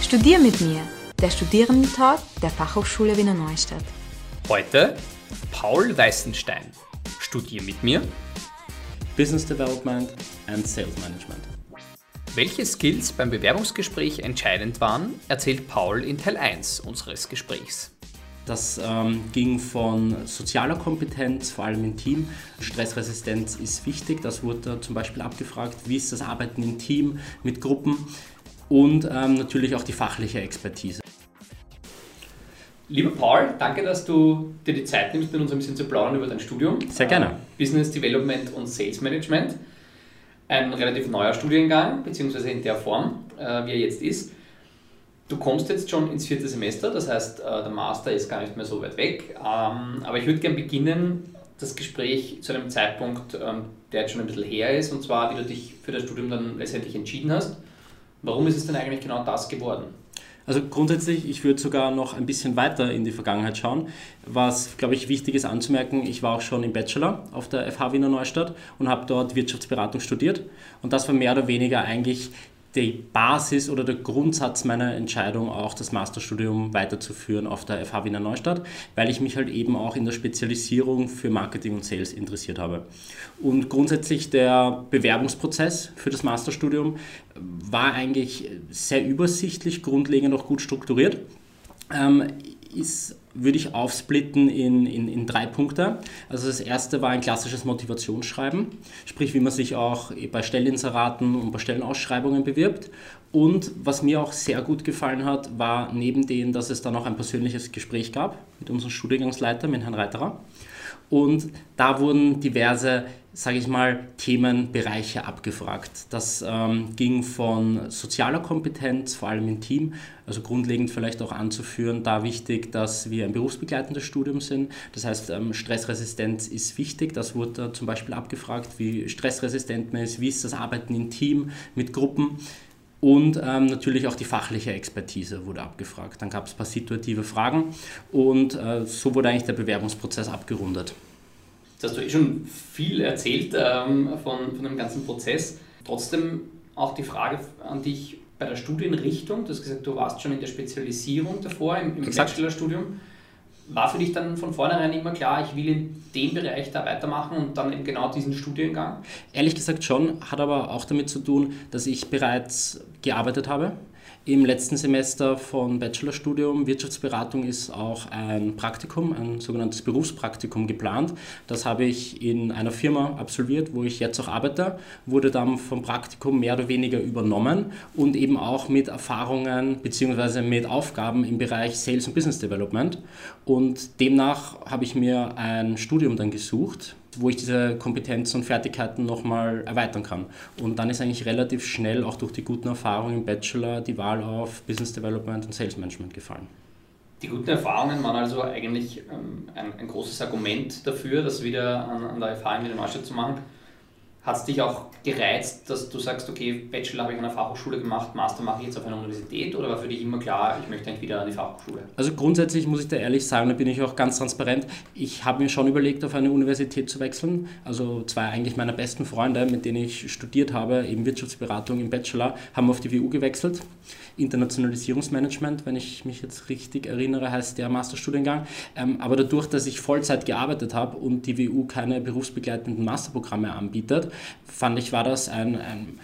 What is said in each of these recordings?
Studier mit mir, der Studierendentalk der Fachhochschule Wiener Neustadt. Heute Paul Weißenstein. Studier mit mir Business Development and Sales Management. Welche Skills beim Bewerbungsgespräch entscheidend waren, erzählt Paul in Teil 1 unseres Gesprächs. Das ging von sozialer Kompetenz, vor allem im Team. Stressresistenz ist wichtig, das wurde zum Beispiel abgefragt. Wie ist das Arbeiten im Team, mit Gruppen und natürlich auch die fachliche Expertise. Lieber Paul, danke, dass du dir die Zeit nimmst, mit uns ein bisschen zu plaudern über dein Studium. Sehr gerne. Business Development und Sales Management. Ein relativ neuer Studiengang, beziehungsweise in der Form, wie er jetzt ist. Du kommst jetzt schon ins 4. Semester, das heißt, der Master ist gar nicht mehr so weit weg. Aber ich würde gerne beginnen, das Gespräch zu einem Zeitpunkt, der jetzt schon ein bisschen her ist, und zwar, wie du dich für das Studium dann letztendlich entschieden hast. Warum ist es denn eigentlich genau das geworden? Also grundsätzlich, ich würde sogar noch ein bisschen weiter in die Vergangenheit schauen. Was, glaube ich, wichtig ist anzumerken, ich war auch schon im Bachelor auf der FH Wiener Neustadt und habe dort Wirtschaftsberatung studiert. Und das war mehr oder weniger eigentlich die Basis oder der Grundsatz meiner Entscheidung, auch das Masterstudium weiterzuführen auf der FH Wiener Neustadt, weil ich mich halt eben auch in der Spezialisierung für Marketing und Sales interessiert habe. Und grundsätzlich der Bewerbungsprozess für das Masterstudium war eigentlich sehr übersichtlich, grundlegend auch gut strukturiert. Würde ich aufsplitten in 3 Punkte. Also das erste war ein klassisches Motivationsschreiben, sprich wie man sich auch bei Stelleninseraten und bei Stellenausschreibungen bewirbt. Und was mir auch sehr gut gefallen hat, war neben dem, dass es dann auch ein persönliches Gespräch gab mit unserem Studiengangsleiter, mit Herrn Reiterer. Und da wurden diverse, sage ich mal, Themenbereiche abgefragt. Das ging von sozialer Kompetenz, vor allem im Team, also grundlegend vielleicht auch anzuführen, da wichtig, dass wir ein berufsbegleitendes Studium sind. Das heißt, Stressresistenz ist wichtig. Das wurde zum Beispiel abgefragt, wie stressresistent man ist, wie ist das Arbeiten im Team, mit Gruppen. Und natürlich auch die fachliche Expertise wurde abgefragt. Dann gab es ein paar situative Fragen und so wurde eigentlich der Bewerbungsprozess abgerundet. Jetzt hast du schon viel erzählt von dem ganzen Prozess. Trotzdem auch die Frage an dich bei der Studienrichtung. Du hast gesagt, du warst schon in der Spezialisierung davor, im Bachelorstudium. War für dich dann von vornherein immer klar, ich will in dem Bereich da weitermachen und dann eben genau diesen Studiengang? Ehrlich gesagt schon, hat aber auch damit zu tun, dass ich bereits gearbeitet habe. Im letzten Semester von Bachelorstudium Wirtschaftsberatung ist auch ein Praktikum, ein sogenanntes Berufspraktikum geplant. Das habe ich in einer Firma absolviert, wo ich jetzt auch arbeite, wurde dann vom Praktikum mehr oder weniger übernommen und eben auch mit Erfahrungen bzw. mit Aufgaben im Bereich Sales und Business Development. Und demnach habe ich mir ein Studium dann gesucht, wo ich diese Kompetenzen und Fertigkeiten nochmal erweitern kann. Und dann ist eigentlich relativ schnell, auch durch die guten Erfahrungen im Bachelor, die Wahl auf Business Development und Sales Management gefallen. Die guten Erfahrungen waren also eigentlich ein großes Argument dafür, das wieder an der FH in Wiener Neustadt zu machen. Hat es dich auch gereizt, dass du sagst, okay, Bachelor habe ich an der Fachhochschule gemacht, Master mache ich jetzt auf einer Universität, oder war für dich immer klar, ich möchte eigentlich wieder an die Fachhochschule? Also grundsätzlich muss ich da ehrlich sagen, da bin ich auch ganz transparent, ich habe mir schon überlegt, auf eine Universität zu wechseln. Also 2 eigentlich meiner besten Freunde, mit denen ich studiert habe, eben Wirtschaftsberatung im Bachelor, haben auf die WU gewechselt. Internationalisierungsmanagement, wenn ich mich jetzt richtig erinnere, heißt der Masterstudiengang. Aber dadurch, dass ich Vollzeit gearbeitet habe und die WU keine berufsbegleitenden Masterprogramme anbietet, fand ich, war das ein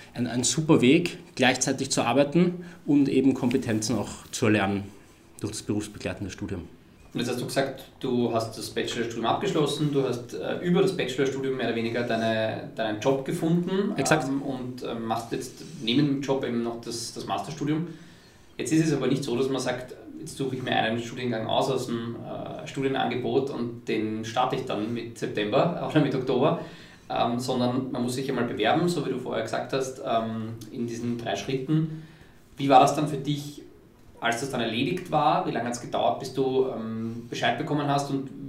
super Weg, gleichzeitig zu arbeiten und eben Kompetenzen auch zu erlernen durch das berufsbegleitende Studium. Und jetzt hast du gesagt, du hast das Bachelorstudium abgeschlossen, du hast über das Bachelorstudium mehr oder weniger deinen Job gefunden. Exakt. Und machst jetzt neben dem Job eben noch das Masterstudium. Jetzt ist es aber nicht so, dass man sagt, jetzt suche ich mir einen Studiengang aus dem Studienangebot und den starte ich dann mit September oder mit Oktober, sondern man muss sich einmal bewerben, so wie du vorher gesagt hast, in diesen 3 Schritten. Wie war das dann für dich, als das dann erledigt war? Wie lange hat es gedauert, bis du Bescheid bekommen hast, und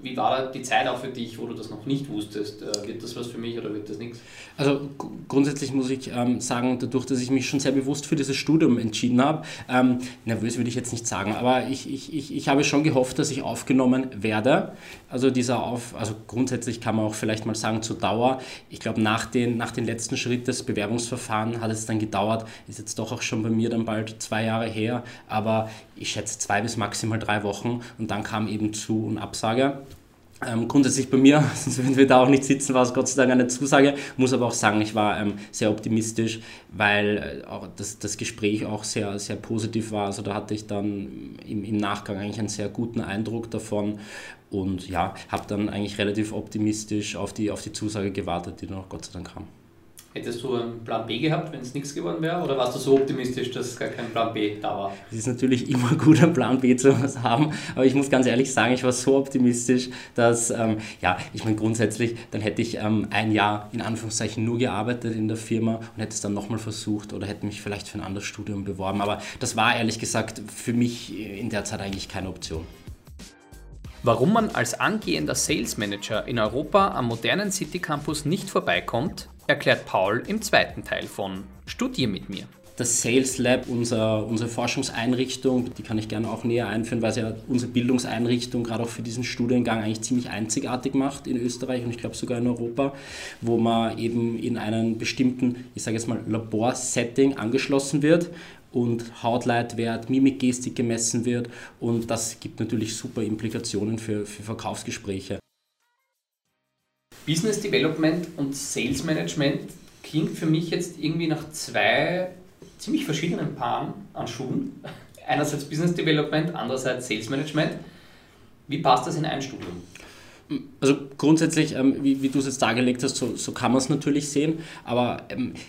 wie war da die Zeit auch für dich, wo du das noch nicht wusstest? Wird das was für mich oder wird das nichts? Also grundsätzlich muss ich sagen, dadurch, dass ich mich schon sehr bewusst für dieses Studium entschieden habe, nervös würde ich jetzt nicht sagen, aber ich habe schon gehofft, dass ich aufgenommen werde. Also also grundsätzlich kann man auch vielleicht mal sagen zur Dauer. Ich glaube, nach den letzten Schritt des Bewerbungsverfahrens hat es dann gedauert, ist jetzt doch auch schon bei mir dann bald 2 Jahre her, aber ich schätze 2 bis maximal 3 Wochen und dann kam eben Zu- und Absage. Grundsätzlich bei mir, sonst würden wir da auch nicht sitzen, war es Gott sei Dank eine Zusage. Muss aber auch sagen, ich war sehr optimistisch, weil auch das Gespräch auch sehr, sehr positiv war. Also da hatte ich dann im Nachgang eigentlich einen sehr guten Eindruck davon und ja, habe dann eigentlich relativ optimistisch auf die Zusage gewartet, die dann auch Gott sei Dank kam. Hättest du einen Plan B gehabt, wenn es nichts geworden wäre? Oder warst du so optimistisch, dass gar kein Plan B da war? Es ist natürlich immer gut, einen Plan B zu haben, aber ich muss ganz ehrlich sagen, ich war so optimistisch, dass, ich meine grundsätzlich, dann hätte ich 1 Jahr in Anführungszeichen nur gearbeitet in der Firma und hätte es dann nochmal versucht oder hätte mich vielleicht für ein anderes Studium beworben. Aber das war ehrlich gesagt für mich in der Zeit eigentlich keine Option. Warum man als angehender Sales Manager in Europa am modernen City Campus nicht vorbeikommt, erklärt Paul im zweiten Teil von Studier mit mir. Das Sales Lab, unsere Forschungseinrichtung, die kann ich gerne auch näher einführen, weil es ja unsere Bildungseinrichtung gerade auch für diesen Studiengang eigentlich ziemlich einzigartig macht in Österreich und ich glaube sogar in Europa, wo man eben in einen bestimmten, ich sage jetzt mal, Laborsetting angeschlossen wird und Hautleitwert, Mimikgestik gemessen wird und das gibt natürlich super Implikationen für Verkaufsgespräche. Business Development und Sales Management klingt für mich jetzt irgendwie nach 2 ziemlich verschiedenen Paaren an Schuhen. Einerseits Business Development, andererseits Sales Management. Wie passt das in ein Studium? Also grundsätzlich, wie du es jetzt dargelegt hast, so kann man es natürlich sehen, aber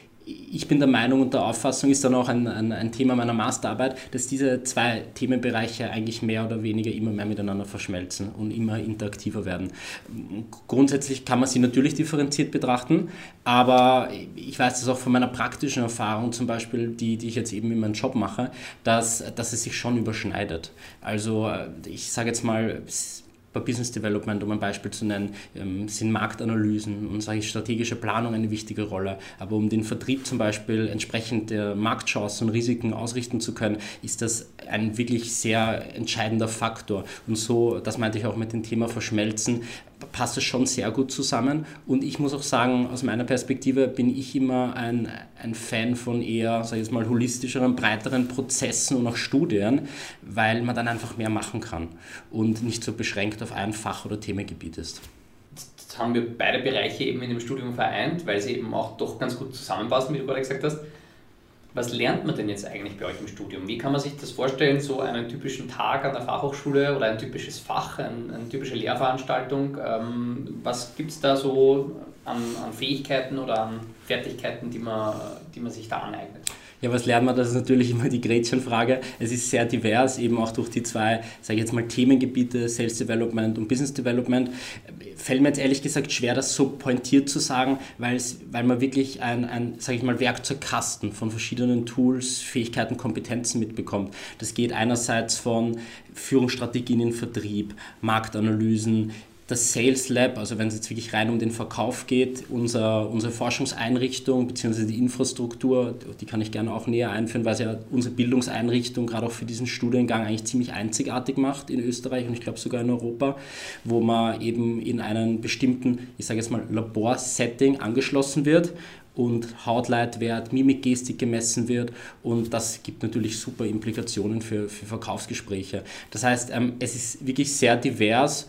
ich bin der Meinung und der Auffassung ist dann auch ein Thema meiner Masterarbeit, dass diese 2 Themenbereiche eigentlich mehr oder weniger immer mehr miteinander verschmelzen und immer interaktiver werden. Grundsätzlich kann man sie natürlich differenziert betrachten, aber ich weiß das auch von meiner praktischen Erfahrung, zum Beispiel, die ich jetzt eben in meinem Job mache, dass es sich schon überschneidet. Also ich sage jetzt mal, bei Business Development, um ein Beispiel zu nennen, sind Marktanalysen und strategische Planung eine wichtige Rolle. Aber um den Vertrieb zum Beispiel entsprechend der Marktchancen und Risiken ausrichten zu können, ist das ein wirklich sehr entscheidender Faktor. Und so, das meinte ich auch mit dem Thema Verschmelzen, passt es schon sehr gut zusammen. Und ich muss auch sagen, aus meiner Perspektive bin ich immer ein Fan von eher, sage ich jetzt mal, holistischeren, breiteren Prozessen und auch Studien, weil man dann einfach mehr machen kann und nicht so beschränkt auf ein Fach- oder Themengebiet ist. Jetzt haben wir beide Bereiche eben in dem Studium vereint, weil sie eben auch doch ganz gut zusammenpassen, wie du gerade gesagt hast. Was lernt man denn jetzt eigentlich bei euch im Studium? Wie kann man sich das vorstellen, so einen typischen Tag an der Fachhochschule oder ein typisches Fach, eine typische Lehrveranstaltung? Was gibt es da so an Fähigkeiten oder an Fertigkeiten, die man sich da aneignet? Ja, was lernt man? Das ist natürlich immer die Gretchenfrage. Es ist sehr divers, eben auch durch die 2, sage ich jetzt mal, Themengebiete, Sales Development und Business Development. Fällt mir jetzt ehrlich gesagt schwer, das so pointiert zu sagen, weil man wirklich ein sage ich mal, Werkzeugkasten von verschiedenen Tools, Fähigkeiten, Kompetenzen mitbekommt. Das geht einerseits von Führungsstrategien im Vertrieb, Marktanalysen, das Sales Lab, also wenn es jetzt wirklich rein um den Verkauf geht, unsere Forschungseinrichtung bzw. die Infrastruktur, die kann ich gerne auch näher einführen, weil es ja unsere Bildungseinrichtung gerade auch für diesen Studiengang eigentlich ziemlich einzigartig macht in Österreich und ich glaube sogar in Europa, wo man eben in einen bestimmten, ich sage jetzt mal, Laborsetting angeschlossen wird und Hautleitwert, Mimikgestik gemessen wird und das gibt natürlich super Implikationen für Verkaufsgespräche. Das heißt, es ist wirklich sehr divers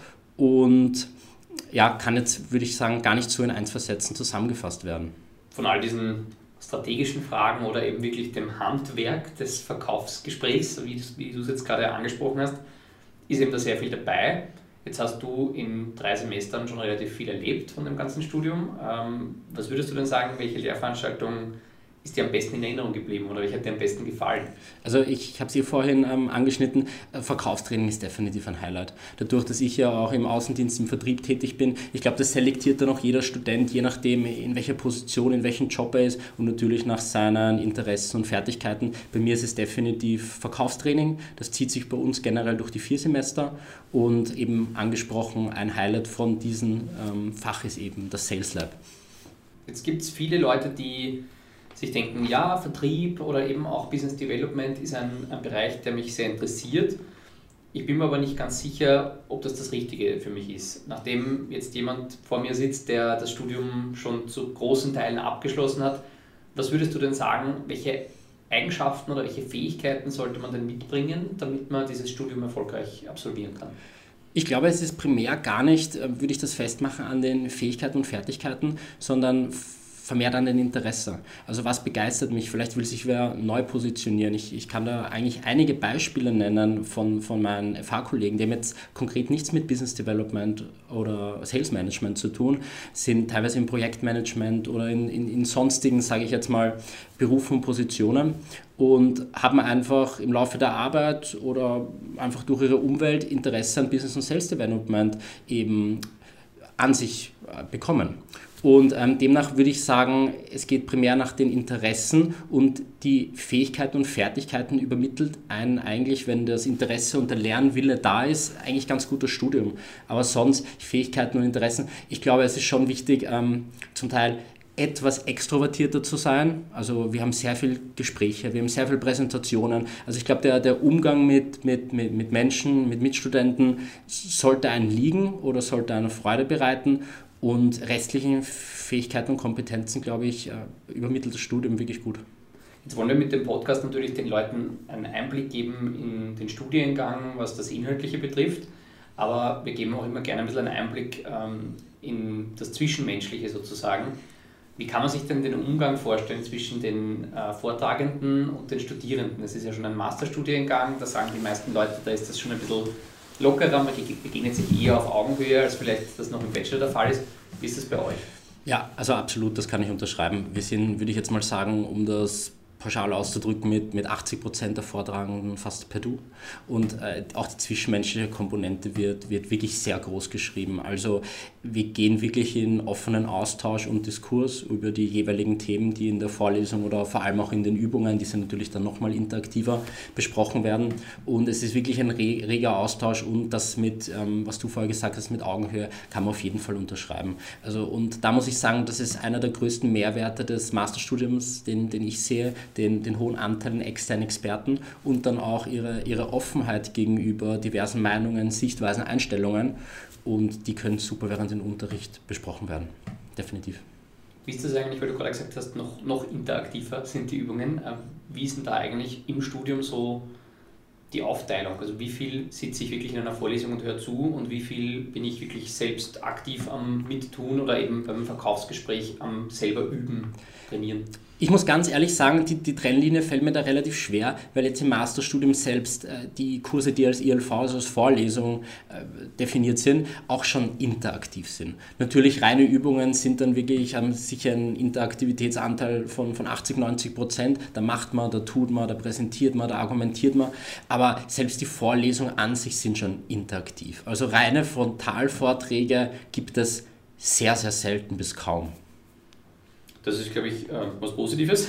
und ja, kann jetzt, würde ich sagen, gar nicht so in 1 Versätzen zusammengefasst werden. Von all diesen strategischen Fragen oder eben wirklich dem Handwerk des Verkaufsgesprächs, wie du es jetzt gerade angesprochen hast, ist eben da sehr viel dabei. Jetzt hast du in 3 Semestern schon relativ viel erlebt von dem ganzen Studium. Was würdest du denn sagen, welche Lehrveranstaltung ist dir am besten in Erinnerung geblieben oder welcher hat dir am besten gefallen? Also ich habe es hier vorhin angeschnitten, Verkaufstraining ist definitiv ein Highlight. Dadurch, dass ich ja auch im Außendienst, im Vertrieb tätig bin, ich glaube, das selektiert dann auch jeder Student, je nachdem in welcher Position, in welchem Job er ist und natürlich nach seinen Interessen und Fertigkeiten. Bei mir ist es definitiv Verkaufstraining, das zieht sich bei uns generell durch die 4 Semester und eben angesprochen, ein Highlight von diesem Fach ist eben das Sales Lab. Jetzt gibt es viele Leute, die sich denken, ja, Vertrieb oder eben auch Business Development ist ein Bereich, der mich sehr interessiert. Ich bin mir aber nicht ganz sicher, ob das Richtige für mich ist. Nachdem jetzt jemand vor mir sitzt, der das Studium schon zu großen Teilen abgeschlossen hat, was würdest du denn sagen, welche Eigenschaften oder welche Fähigkeiten sollte man denn mitbringen, damit man dieses Studium erfolgreich absolvieren kann? Ich glaube, es ist primär gar nicht, würde ich das festmachen, an den Fähigkeiten und Fertigkeiten, sondern vermehrt an den Interesse. Also was begeistert mich? Vielleicht will sich wer neu positionieren. Ich kann da eigentlich einige Beispiele nennen von meinen FH-Kollegen, die haben jetzt konkret nichts mit Business Development oder Sales Management zu tun, sind teilweise im Projektmanagement oder in sonstigen, sage ich jetzt mal, Berufen und Positionen und haben einfach im Laufe der Arbeit oder einfach durch ihre Umwelt Interesse an Business und Sales Development eben an sich bekommen. Und demnach würde ich sagen, es geht primär nach den Interessen und die Fähigkeiten und Fertigkeiten übermittelt einen eigentlich, wenn das Interesse und der Lernwille da ist, eigentlich ganz gutes Studium. Aber sonst Fähigkeiten und Interessen, ich glaube, es ist schon wichtig, zum Teil etwas extrovertierter zu sein. Also wir haben sehr viele Gespräche, wir haben sehr viele Präsentationen. Also ich glaube, der Umgang mit Menschen, mit Mitstudenten sollte einen liegen oder sollte eine Freude bereiten. Und restliche Fähigkeiten und Kompetenzen, glaube ich, übermittelt das Studium wirklich gut. Jetzt wollen wir mit dem Podcast natürlich den Leuten einen Einblick geben in den Studiengang, was das Inhaltliche betrifft. Aber wir geben auch immer gerne ein bisschen einen Einblick in das Zwischenmenschliche sozusagen. Wie kann man sich denn den Umgang vorstellen zwischen den Vortragenden und den Studierenden? Es ist ja schon ein Masterstudiengang, da sagen die meisten Leute, da ist das schon ein bisschen lockerer, man begegnet sich eher auf Augenhöhe, als vielleicht das noch im Bachelor der Fall ist. Wie ist das bei euch? Ja, also absolut, das kann ich unterschreiben. Wir sind, würde ich jetzt mal sagen, um das pauschal auszudrücken, mit 80% der Vortragenden fast per Du. Und auch die zwischenmenschliche Komponente wird wirklich sehr groß geschrieben. Also wir gehen wirklich in offenen Austausch und Diskurs über die jeweiligen Themen, die in der Vorlesung oder vor allem auch in den Übungen, die sind natürlich dann nochmal interaktiver, besprochen werden. Und es ist wirklich ein reger Austausch und das mit, was du vorher gesagt hast, mit Augenhöhe, kann man auf jeden Fall unterschreiben. Also, und da muss ich sagen, das ist einer der größten Mehrwerte des Masterstudiums, den ich sehe, den hohen Anteil an externen Experten und dann auch ihre Offenheit gegenüber diversen Meinungen, Sichtweisen, Einstellungen und die können super während dem Unterricht besprochen werden. Definitiv. Wie ist das eigentlich, weil du gerade gesagt hast, noch interaktiver sind die Übungen. Wie ist denn da eigentlich im Studium so die Aufteilung? Also wie viel sitze ich wirklich in einer Vorlesung und höre zu und wie viel bin ich wirklich selbst aktiv am Mittun oder eben beim Verkaufsgespräch am selber üben, trainieren? Ich muss ganz ehrlich sagen, die Trennlinie fällt mir da relativ schwer, weil jetzt im Masterstudium selbst die Kurse, die als ILV, also als Vorlesung definiert sind, auch schon interaktiv sind. Natürlich reine Übungen sind dann wirklich, haben sicher einen Interaktivitätsanteil von 80-90%. Da macht man, da tut man, da präsentiert man, da argumentiert man. Aber selbst die Vorlesungen an sich sind schon interaktiv. Also reine Frontalvorträge gibt es sehr, sehr selten bis kaum. Das ist, glaube ich, was Positives.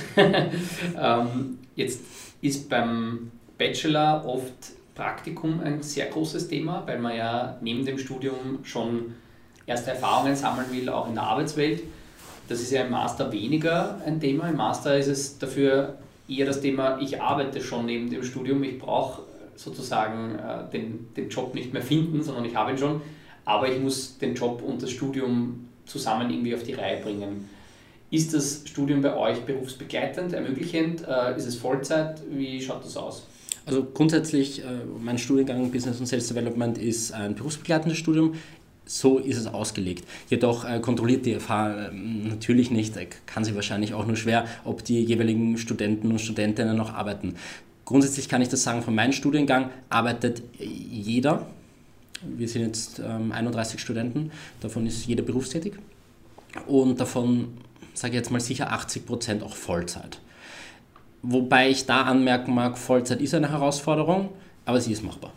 Jetzt ist beim Bachelor oft Praktikum ein sehr großes Thema, weil man ja neben dem Studium schon erste Erfahrungen sammeln will, auch in der Arbeitswelt. Das ist ja im Master weniger ein Thema. Im Master ist es dafür eher das Thema, ich arbeite schon neben dem Studium, ich brauche sozusagen den Job nicht mehr finden, sondern ich habe ihn schon, aber ich muss den Job und das Studium zusammen irgendwie auf die Reihe bringen. Ist das Studium bei euch berufsbegleitend, ermöglichend? Ist es Vollzeit? Wie schaut das aus? Also grundsätzlich, mein Studiengang Business und Sales Development ist ein berufsbegleitendes Studium. So ist es ausgelegt. Jedoch kontrolliert die FH natürlich nicht, kann sie wahrscheinlich auch nur schwer, ob die jeweiligen Studenten und Studentinnen noch arbeiten. Grundsätzlich kann ich das sagen, von meinem Studiengang arbeitet jeder. Wir sind jetzt 31 Studenten, davon ist jeder berufstätig und davon, sage ich jetzt mal sicher 80% auch Vollzeit. Wobei ich da anmerken mag, Vollzeit ist eine Herausforderung, aber sie ist machbar.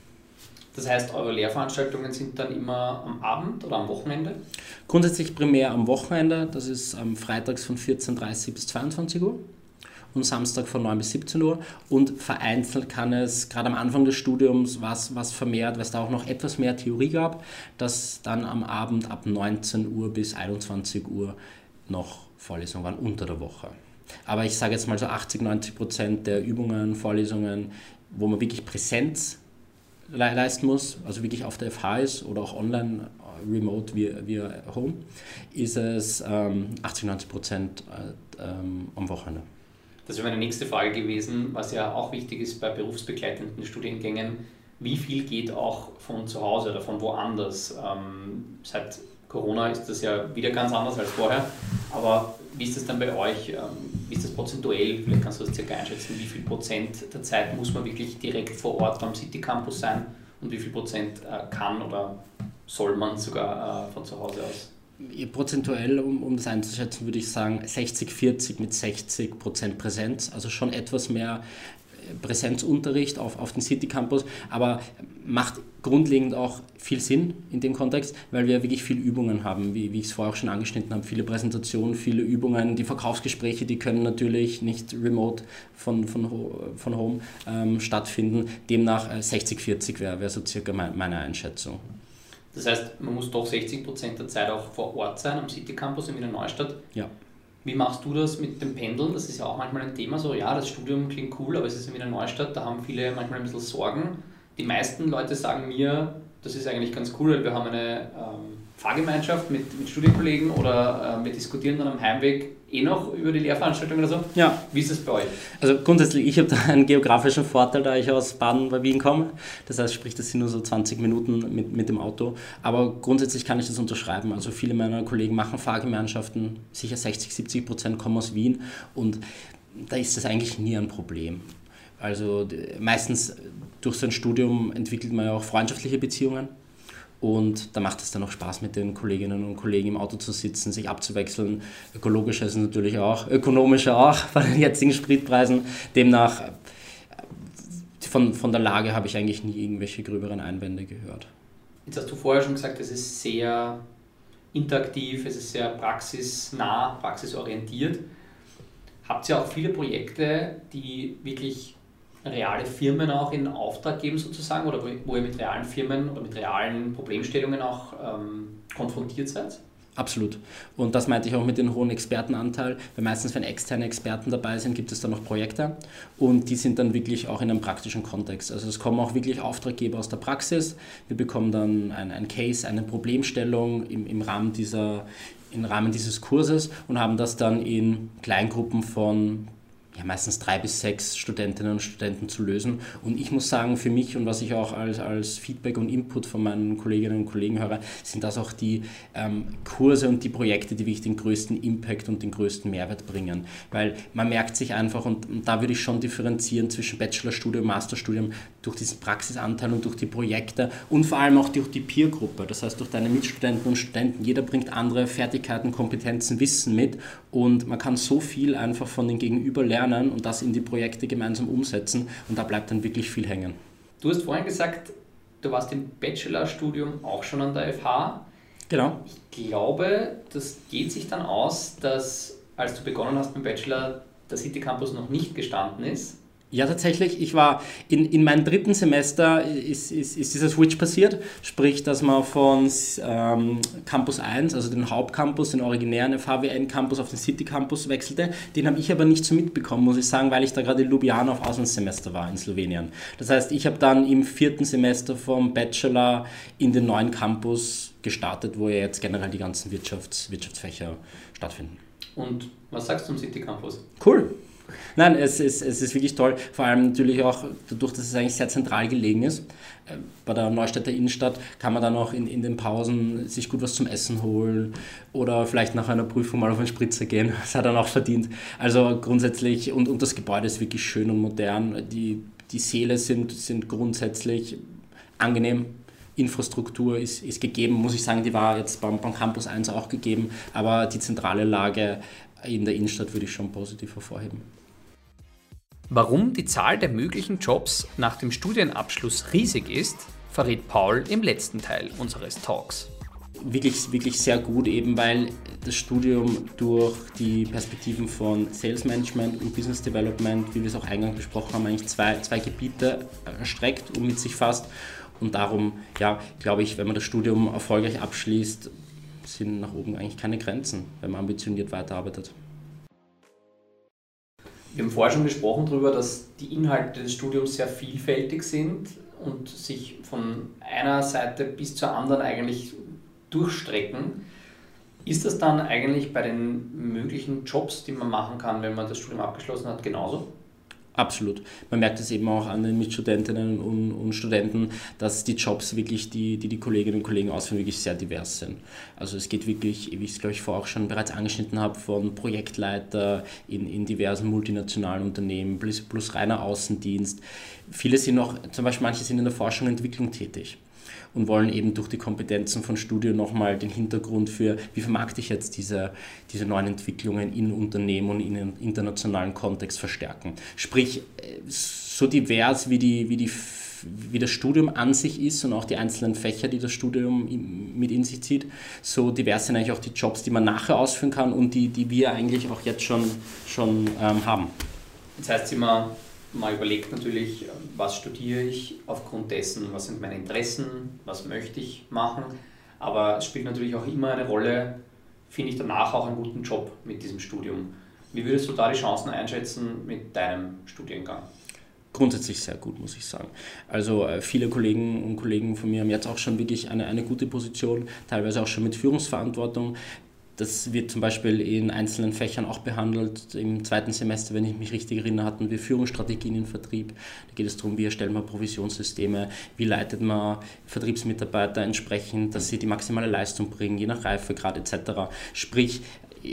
Das heißt, eure Lehrveranstaltungen sind dann immer am Abend oder am Wochenende? Grundsätzlich primär am Wochenende, das ist freitags von 14:30 bis 22 Uhr und Samstag von 9 bis 17 Uhr und vereinzelt kann es, gerade am Anfang des Studiums, was vermehrt, weil es da auch noch etwas mehr Theorie gab, dass dann am Abend ab 19 Uhr bis 21 Uhr noch Vorlesungen waren unter der Woche. Aber ich sage jetzt mal so 80-90% der Übungen, Vorlesungen, wo man wirklich Präsenz leisten muss, also wirklich auf der FH ist oder auch online, remote via Home, ist es 80-90% am Wochenende. Das wäre meine nächste Frage gewesen, was ja auch wichtig ist bei berufsbegleitenden Studiengängen. Wie viel geht auch von zu Hause oder von woanders? Seit Corona ist das ja wieder ganz anders als vorher, aber wie ist das dann bei euch? Wie ist das prozentuell? Vielleicht kannst du das circa einschätzen, wie viel Prozent der Zeit muss man wirklich direkt vor Ort beim City Campus sein und wie viel Prozent kann oder soll man sogar von zu Hause aus? Prozentuell, um das einzuschätzen, würde ich sagen 60-40 mit 60% Präsenz, also schon etwas mehr Präsenzunterricht auf den City Campus, aber macht grundlegend auch viel Sinn in dem Kontext, weil wir wirklich viele Übungen haben, wie ich es vorher auch schon angeschnitten habe, viele Präsentationen, viele Übungen, die Verkaufsgespräche, die können natürlich nicht remote von Home stattfinden, demnach 60-40 wäre so circa meine Einschätzung. Das heißt, man muss doch 60% der Zeit auch vor Ort sein am City Campus in Wiener Neustadt. Ja. Wie machst du das mit dem Pendeln? Das ist ja auch manchmal ein Thema, so ja, das Studium klingt cool, aber es ist in Wiener Neustadt, da haben viele manchmal ein bisschen Sorgen. Die meisten Leute sagen mir, das ist eigentlich ganz cool, weil wir haben eine Fahrgemeinschaft mit Studienkollegen oder wir diskutieren dann am Heimweg noch über die Lehrveranstaltung oder so. Ja. Wie ist es bei euch? Also grundsätzlich, ich habe da einen geografischen Vorteil, da ich aus Baden bei Wien komme. Das heißt, sprich, das sind nur so 20 Minuten mit dem Auto. Aber grundsätzlich kann ich das unterschreiben. Also viele meiner Kollegen machen Fahrgemeinschaften, sicher 60-70% kommen aus Wien und da ist das eigentlich nie ein Problem. Also meistens durch so ein Studium entwickelt man ja auch freundschaftliche Beziehungen. Und da macht es dann auch Spaß, mit den Kolleginnen und Kollegen im Auto zu sitzen, sich abzuwechseln. Ökologischer ist es natürlich auch, ökonomischer auch bei den jetzigen Spritpreisen. Demnach, von der Lage habe ich eigentlich nie irgendwelche gröberen Einwände gehört. Jetzt hast du vorher schon gesagt, es ist sehr interaktiv, es ist sehr praxisnah, praxisorientiert. Habt ihr auch viele Projekte, die wirklich reale Firmen auch in Auftrag geben sozusagen oder wo ihr mit realen Firmen oder mit realen Problemstellungen auch konfrontiert seid? Absolut. Und das meinte ich auch mit dem hohen Expertenanteil, weil meistens, wenn externe Experten dabei sind, gibt es dann noch Projekte und die sind dann wirklich auch in einem praktischen Kontext. Also es kommen auch wirklich Auftraggeber aus der Praxis. Wir bekommen dann ein Case, eine Problemstellung im Rahmen dieses Kurses und haben das dann in Kleingruppen von meistens 3 bis 6 Studentinnen und Studenten zu lösen. Und ich muss sagen, für mich und was ich auch als Feedback und Input von meinen Kolleginnen und Kollegen höre, sind das auch die Kurse und die Projekte, die wirklich den größten Impact und den größten Mehrwert bringen. Weil man merkt sich einfach, und da würde ich schon differenzieren zwischen Bachelorstudium und Masterstudium, durch diesen Praxisanteil und durch die Projekte und vor allem auch durch die Peergruppe. Das heißt, durch deine Mitstudenten und Studenten. Jeder bringt andere Fertigkeiten, Kompetenzen, Wissen mit und man kann so viel einfach von den Gegenüber lernen und das in die Projekte gemeinsam umsetzen und da bleibt dann wirklich viel hängen. Du hast vorhin gesagt, du warst im Bachelorstudium auch schon an der FH. Genau. Ich glaube, das geht sich dann aus, dass als du begonnen hast mit dem Bachelor, der City Campus noch nicht gestanden ist. Ja, tatsächlich. Ich war in meinem 3. Semester ist dieser Switch passiert, sprich, dass man von Campus 1, also den Hauptcampus, den originären FHWN-Campus auf den City Campus wechselte. Den habe ich aber nicht so mitbekommen, muss ich sagen, weil ich da gerade in Ljubljana auf Auslandssemester war in Slowenien. Das heißt, ich habe dann im 4. Semester vom Bachelor in den neuen Campus gestartet, wo ja jetzt generell die ganzen Wirtschaftsfächer stattfinden. Und was sagst du zum City Campus? Cool. Nein, es ist wirklich toll, vor allem natürlich auch dadurch, dass es eigentlich sehr zentral gelegen ist. Bei der Neustädter Innenstadt kann man dann auch in den Pausen sich gut was zum Essen holen oder vielleicht nach einer Prüfung mal auf einen Spritzer gehen. Das hat dann auch verdient. Also grundsätzlich, und das Gebäude ist wirklich schön und modern. Die Säle sind grundsätzlich angenehm. Infrastruktur ist gegeben, muss ich sagen, die war jetzt beim Campus 1 auch gegeben, aber die zentrale Lage in der Innenstadt würde ich schon positiv hervorheben. Warum die Zahl der möglichen Jobs nach dem Studienabschluss riesig ist, verrät Paul im letzten Teil unseres Talks. Wirklich sehr gut, eben weil das Studium durch die Perspektiven von Sales Management und Business Development, wie wir es auch eingangs besprochen haben, eigentlich zwei Gebiete erstreckt und mit sich fasst. Und darum, glaube ich, wenn man das Studium erfolgreich abschließt, sind nach oben eigentlich keine Grenzen, wenn man ambitioniert weiterarbeitet. Wir haben vorher schon gesprochen darüber, dass die Inhalte des Studiums sehr vielfältig sind und sich von einer Seite bis zur anderen eigentlich durchstrecken. Ist das dann eigentlich bei den möglichen Jobs, die man machen kann, wenn man das Studium abgeschlossen hat, genauso? Absolut. Man merkt es eben auch an den Mitstudentinnen und Studenten, dass die Jobs wirklich, die Kolleginnen und Kollegen ausführen, wirklich sehr divers sind. Also es geht wirklich, wie ich es glaube ich vorher auch schon bereits angeschnitten habe, von Projektleiter in diversen multinationalen Unternehmen plus reiner Außendienst. Viele sind noch, zum Beispiel manche sind in der Forschung und Entwicklung tätig und wollen eben durch die Kompetenzen von Studio nochmal den Hintergrund für, wie vermarkte ich jetzt diese neuen Entwicklungen in Unternehmen und in einem internationalen Kontext verstärken. Sprich, so divers wie das Studium an sich ist und auch die einzelnen Fächer, die das Studium mit in sich zieht, so divers sind eigentlich auch die Jobs, die man nachher ausführen kann und die wir eigentlich auch jetzt schon haben. Das heißt, Sie mal überlegt natürlich, was studiere ich aufgrund dessen, was sind meine Interessen, was möchte ich machen, aber es spielt natürlich auch immer eine Rolle, finde ich danach auch einen guten Job mit diesem Studium. Wie würdest du da die Chancen einschätzen mit deinem Studiengang? Grundsätzlich sehr gut, muss ich sagen. Also viele Kolleginnen und Kollegen von mir haben jetzt auch schon wirklich eine gute Position, teilweise auch schon mit Führungsverantwortung. Das wird zum Beispiel in einzelnen Fächern auch behandelt. Im zweiten Semester, wenn ich mich richtig erinnere, hatten wir Führungsstrategien im Vertrieb. Da geht es darum, wie erstellt man Provisionssysteme, wie leitet man Vertriebsmitarbeiter entsprechend, dass sie die maximale Leistung bringen, je nach Reifegrad etc. Sprich,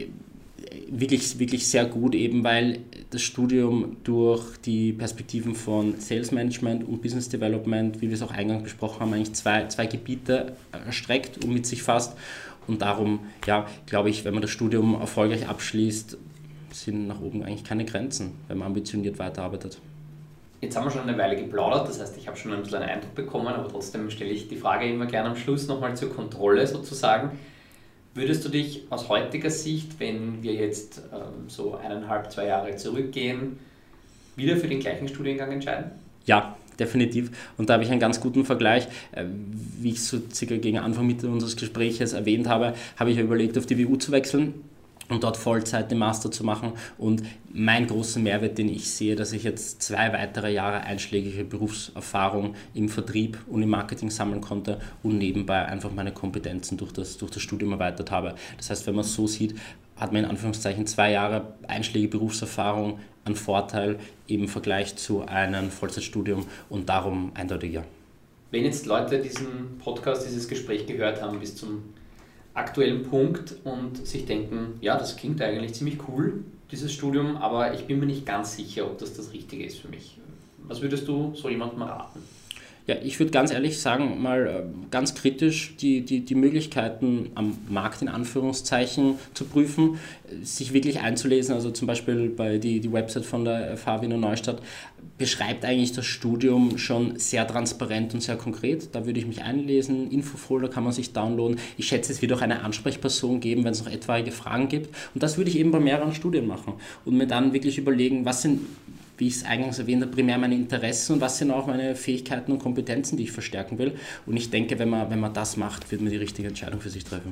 wirklich sehr gut, eben weil das Studium durch die Perspektiven von Sales Management und Business Development, wie wir es auch eingangs besprochen haben, eigentlich zwei Gebiete erstreckt und mit sich fasst. Und darum, glaube ich, wenn man das Studium erfolgreich abschließt, sind nach oben eigentlich keine Grenzen, wenn man ambitioniert weiterarbeitet. Jetzt haben wir schon eine Weile geplaudert, das heißt, ich habe schon ein bisschen einen Eindruck bekommen, aber trotzdem stelle ich die Frage immer gerne am Schluss nochmal zur Kontrolle sozusagen. Würdest du dich aus heutiger Sicht, wenn wir jetzt so 1,5, 2 Jahre zurückgehen, wieder für den gleichen Studiengang entscheiden? Ja, definitiv. Und da habe ich einen ganz guten Vergleich. Wie ich so circa gegen Anfang Mitte unseres Gespräches erwähnt habe, habe ich überlegt, auf die WU zu wechseln und dort Vollzeit den Master zu machen. Und mein großer Mehrwert, den ich sehe, dass ich jetzt 2 weitere Jahre einschlägige Berufserfahrung im Vertrieb und im Marketing sammeln konnte und nebenbei einfach meine Kompetenzen durch das Studium erweitert habe. Das heißt, wenn man es so sieht, hat man in Anführungszeichen 2 Jahre einschlägige Berufserfahrung einen Vorteil im Vergleich zu einem Vollzeitstudium und darum eindeutig ja. Wenn jetzt Leute diesen Podcast, dieses Gespräch gehört haben bis zum aktuellen Punkt und sich denken, ja, das klingt eigentlich ziemlich cool, dieses Studium, aber ich bin mir nicht ganz sicher, ob das Richtige ist für mich. Was würdest du so jemandem raten? Ja, ich würde ganz ehrlich sagen, mal ganz kritisch die Möglichkeiten am Markt in Anführungszeichen zu prüfen, sich wirklich einzulesen. Also zum Beispiel bei die Website von der FH Wiener Neustadt beschreibt eigentlich das Studium schon sehr transparent und sehr konkret. Da würde ich mich einlesen, Infofolder kann man sich downloaden. Ich schätze, es wird auch eine Ansprechperson geben, wenn es noch etwaige Fragen gibt. Und das würde ich eben bei mehreren Studien machen und mir dann wirklich überlegen, was sind, wie ich es eingangs erwähnt habe, primär meine Interessen und was sind auch meine Fähigkeiten und Kompetenzen, die ich verstärken will. Und ich denke, wenn man das macht, wird man die richtige Entscheidung für sich treffen.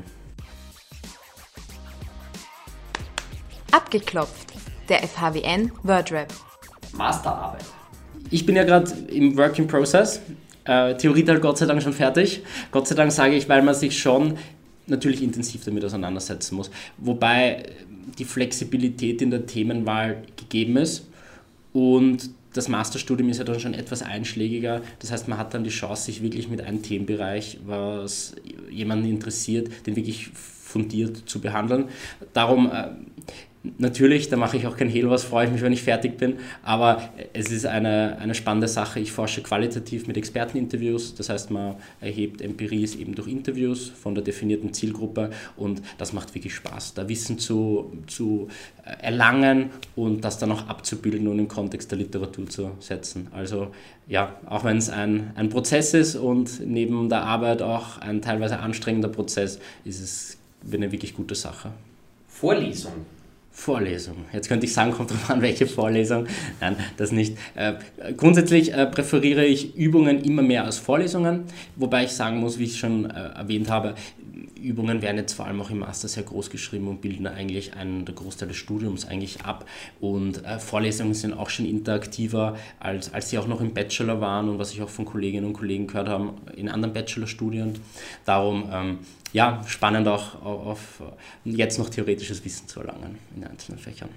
Abgeklopft, der FHWN Wordrap. Masterarbeit. Ich bin ja gerade im Work in Process. Theorieteil Gott sei Dank schon fertig. Gott sei Dank sage ich, weil man sich schon natürlich intensiv damit auseinandersetzen muss. Wobei die Flexibilität in der Themenwahl gegeben ist. Und das Masterstudium ist ja dann schon etwas einschlägiger. Das heißt, man hat dann die Chance, sich wirklich mit einem Themenbereich, was jemanden interessiert, den wirklich fundiert zu behandeln. Darum Natürlich, da mache ich auch kein Hehl, was freue ich mich, wenn ich fertig bin, aber es ist eine spannende Sache. Ich forsche qualitativ mit Experteninterviews, das heißt, man erhebt Empiries eben durch Interviews von der definierten Zielgruppe und das macht wirklich Spaß, da Wissen zu erlangen und das dann auch abzubilden und im Kontext der Literatur zu setzen. Also ja, auch wenn es ein Prozess ist und neben der Arbeit auch ein teilweise anstrengender Prozess, ist es eine wirklich gute Sache. Vorlesung. Jetzt könnte ich sagen, kommt drauf an, welche Vorlesung. Nein, das nicht. Grundsätzlich präferiere ich Übungen immer mehr als Vorlesungen, wobei ich sagen muss, wie ich schon erwähnt habe, Übungen werden jetzt vor allem auch im Master sehr groß geschrieben und bilden eigentlich der Großteil des Studiums eigentlich ab. Und Vorlesungen sind auch schon interaktiver, als sie auch noch im Bachelor waren und was ich auch von Kolleginnen und Kollegen gehört habe in anderen Bachelorstudien. Darum spannend auch auf jetzt noch theoretisches Wissen zu erlangen in den einzelnen Fächern.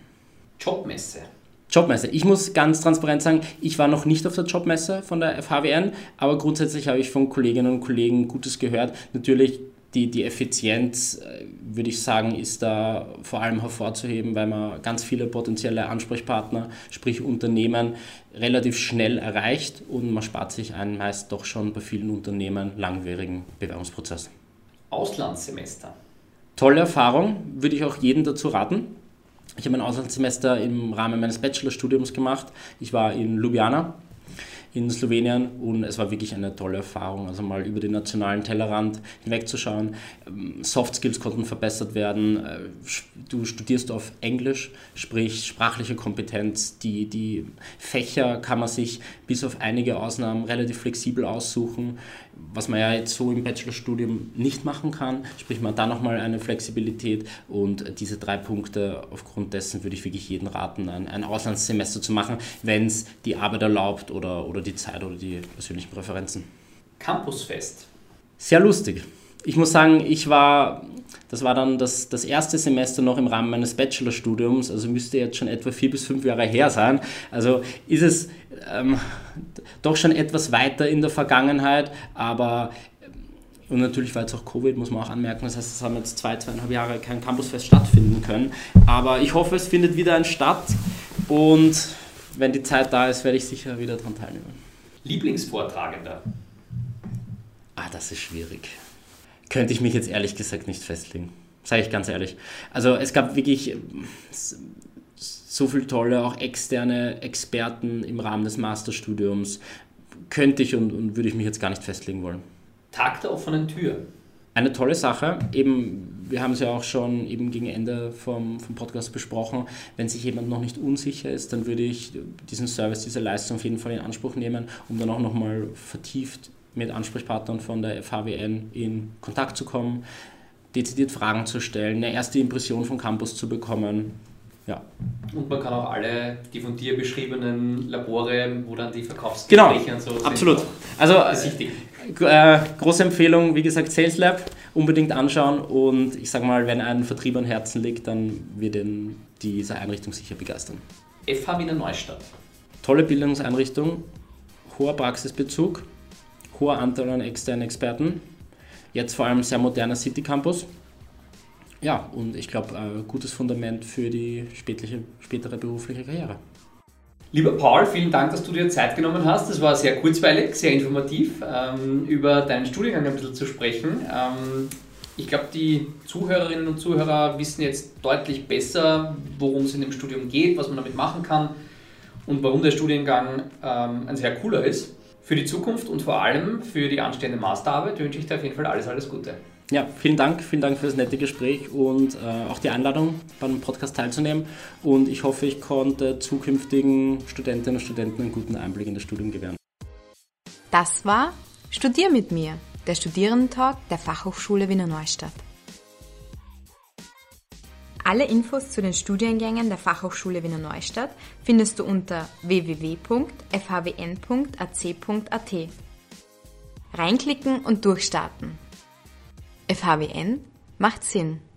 Jobmesse. Ich muss ganz transparent sagen, ich war noch nicht auf der Jobmesse von der FHWN, aber grundsätzlich habe ich von Kolleginnen und Kollegen Gutes gehört. Natürlich die Effizienz, würde ich sagen, ist da vor allem hervorzuheben, weil man ganz viele potenzielle Ansprechpartner, sprich Unternehmen, relativ schnell erreicht und man spart sich einen meist doch schon bei vielen Unternehmen langwierigen Bewerbungsprozess. Auslandssemester. Tolle Erfahrung, würde ich auch jedem dazu raten. Ich habe ein Auslandssemester im Rahmen meines Bachelorstudiums gemacht. Ich war in Ljubljana in Slowenien und es war wirklich eine tolle Erfahrung, also mal über den nationalen Tellerrand hinwegzuschauen. Soft Skills konnten verbessert werden, du studierst auf Englisch, sprich sprachliche Kompetenz, die Fächer kann man sich bis auf einige Ausnahmen relativ flexibel aussuchen, was man ja jetzt so im Bachelorstudium nicht machen kann, sprich man hat da nochmal eine Flexibilität und diese 3 Punkte, aufgrund dessen würde ich wirklich jedem raten, ein Auslandssemester zu machen, wenn es die Arbeit erlaubt oder die Zeit oder die persönlichen Präferenzen. Campusfest. Sehr lustig. Ich muss sagen, das war dann das erste Semester noch im Rahmen meines Bachelorstudiums, also müsste jetzt schon etwa 4 bis 5 Jahre her sein. Also ist es doch schon etwas weiter in der Vergangenheit, aber und natürlich war jetzt auch Covid, muss man auch anmerken, das heißt, es haben jetzt 2,5 Jahre kein Campusfest stattfinden können, aber ich hoffe, es findet wieder statt und wenn die Zeit da ist, werde ich sicher wieder daran teilnehmen. Lieblingsvortragender? Das ist schwierig. Könnte ich mich jetzt ehrlich gesagt nicht festlegen. Sage ich ganz ehrlich. Also es gab wirklich so viele tolle, auch externe Experten im Rahmen des Masterstudiums. Könnte ich und würde ich mich jetzt gar nicht festlegen wollen. Tag der offenen Tür. Eine tolle Sache, eben, wir haben es ja auch schon eben gegen Ende vom Podcast besprochen, wenn sich jemand noch nicht unsicher ist, dann würde ich diesen Service, diese Leistung auf jeden Fall in Anspruch nehmen, um dann auch nochmal vertieft mit Ansprechpartnern von der FHWN in Kontakt zu kommen, dezidiert Fragen zu stellen, eine erste Impression vom Campus zu bekommen. Ja. Und man kann auch alle die von dir beschriebenen Labore, wo dann die Verkaufsgespräche und so sind, absolut. Also besichtigen. Große Empfehlung, wie gesagt, Sales Lab, unbedingt anschauen und ich sage mal, wenn ein Vertrieb am Herzen liegt, dann wird ihn diese Einrichtung sicher begeistern. FH Wiener Neustadt. Tolle Bildungseinrichtung, hoher Praxisbezug, hoher Anteil an externen Experten, jetzt vor allem sehr moderner City Campus. Ja, und ich glaube, ein gutes Fundament für die spätere berufliche Karriere. Lieber Paul, vielen Dank, dass du dir Zeit genommen hast. Das war sehr kurzweilig, sehr informativ, über deinen Studiengang ein bisschen zu sprechen. Ich glaube, die Zuhörerinnen und Zuhörer wissen jetzt deutlich besser, worum es in dem Studium geht, was man damit machen kann und warum der Studiengang ein sehr cooler ist. Für die Zukunft und vor allem für die anstehende Masterarbeit wünsche ich dir auf jeden Fall alles Gute. Ja, vielen Dank für das nette Gespräch und auch die Einladung, beim Podcast teilzunehmen. Und ich hoffe, ich konnte zukünftigen Studentinnen und Studenten einen guten Einblick in das Studium gewähren. Das war Studier mit mir, der Studierendentalk der Fachhochschule Wiener Neustadt. Alle Infos zu den Studiengängen der Fachhochschule Wiener Neustadt findest du unter www.fhwn.ac.at. Reinklicken und durchstarten. FHWN macht Sinn.